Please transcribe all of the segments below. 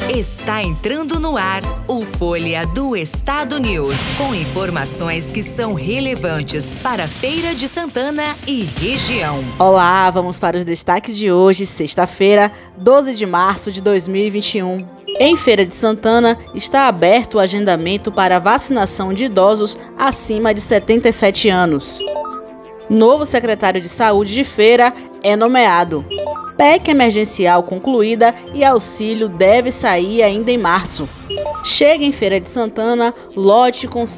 Está entrando no ar o Folha do Estado News, com informações que são relevantes para Feira de Santana e região. Olá, vamos para os destaques de hoje, sexta-feira, 12 de março de 2021. Em Feira de Santana, está aberto o agendamento para vacinação de idosos acima de 77 anos. Novo secretário de Saúde de Feira é nomeado. PEC emergencial concluída e auxílio deve sair ainda em março. Chega em Feira de Santana lote com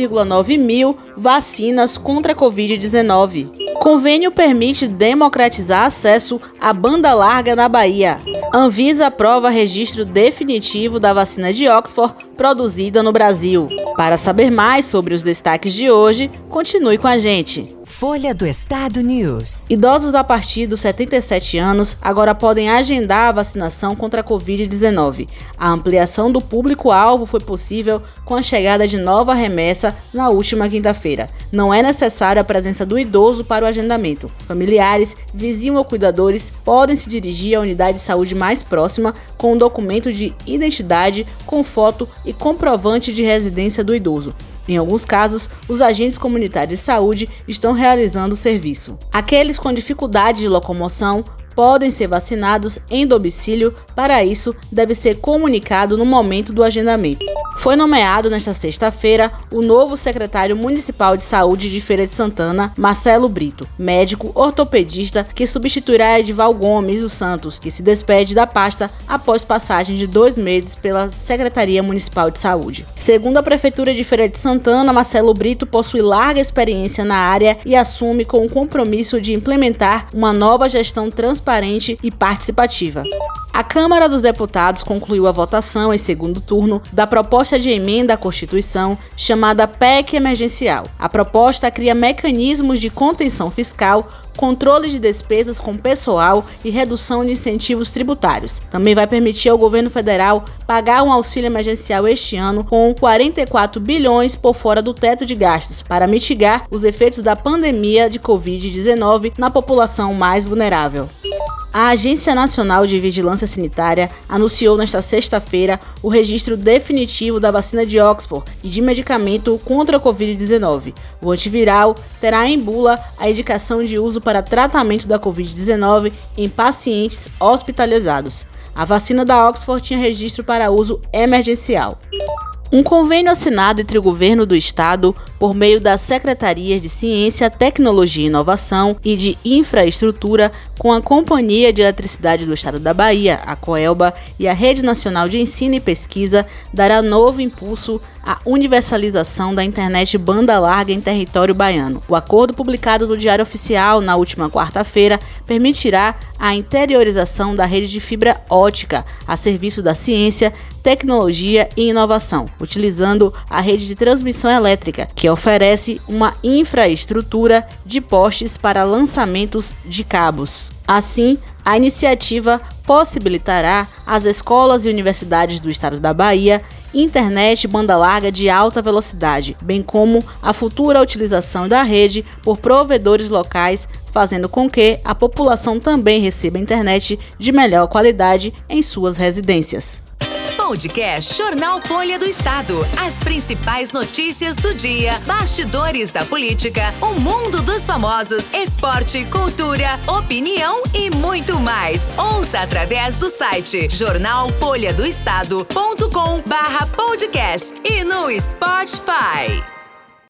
5,9 mil vacinas contra a Covid-19. Convênio permite democratizar acesso à banda larga na Bahia. Anvisa aprova registro definitivo da vacina de Oxford produzida no Brasil. Para saber mais sobre os destaques de hoje, continue com a gente. Folha do Estado News. Idosos a partir dos 77 anos agora podem agendar a vacinação contra a Covid-19. A ampliação do público-alvo foi possível com a chegada de nova remessa na última quinta-feira. Não é necessária a presença do idoso para o agendamento. Familiares, vizinhos ou cuidadores podem se dirigir à unidade de saúde mais próxima com um documento de identidade com foto e comprovante de residência do idoso. Em alguns casos, os agentes comunitários de saúde estão realizando o serviço. Aqueles com dificuldade de locomoção podem ser vacinados em domicílio. Para isso, deve ser comunicado no momento do agendamento. Foi nomeado nesta sexta-feira o novo secretário municipal de saúde de Feira de Santana, Marcelo Brito, médico ortopedista que substituirá Edival Gomes dos Santos, que se despede da pasta após passagem de 2 meses pela Secretaria Municipal de Saúde. Segundo a Prefeitura de Feira de Santana, Marcelo Brito possui larga experiência na área e assume com o compromisso de implementar uma nova gestão transparente e participativa. A Câmara dos Deputados concluiu a votação em segundo turno da proposta de emenda à Constituição chamada PEC emergencial. A proposta cria mecanismos de contenção fiscal, controle de despesas com pessoal e redução de incentivos tributários. Também vai permitir ao governo federal pagar um auxílio emergencial este ano com 44 bilhões por fora do teto de gastos para mitigar os efeitos da pandemia de Covid-19 na população mais vulnerável. A Agência Nacional de Vigilância Sanitária anunciou nesta sexta-feira o registro definitivo da vacina de Oxford e de medicamento contra a Covid-19. O antiviral terá em bula a indicação de uso para tratamento da Covid-19 em pacientes hospitalizados. A vacina da Oxford tinha registro para uso emergencial. Um convênio assinado entre o governo do estado, por meio das Secretarias de Ciência, Tecnologia e Inovação e de Infraestrutura, com a Companhia de Eletricidade do Estado da Bahia, a Coelba, e a Rede Nacional de Ensino e Pesquisa, dará novo impulso à universalização da internet banda larga em território baiano. O acordo publicado no Diário Oficial na última quarta-feira permitirá a interiorização da rede de fibra ótica a serviço da ciência, tecnologia e inovação, utilizando a rede de transmissão elétrica, que oferece uma infraestrutura de postes para lançamentos de cabos. Assim, a iniciativa possibilitará às escolas e universidades do estado da Bahia internet banda larga de alta velocidade, bem como a futura utilização da rede por provedores locais, fazendo com que a população também receba internet de melhor qualidade em suas residências. Podcast Jornal Folha do Estado. As principais notícias do dia, bastidores da política, o mundo dos famosos, esporte, cultura, opinião e muito mais. Ouça através do site jornalfolhadoestado.com/podcast e no Spotify.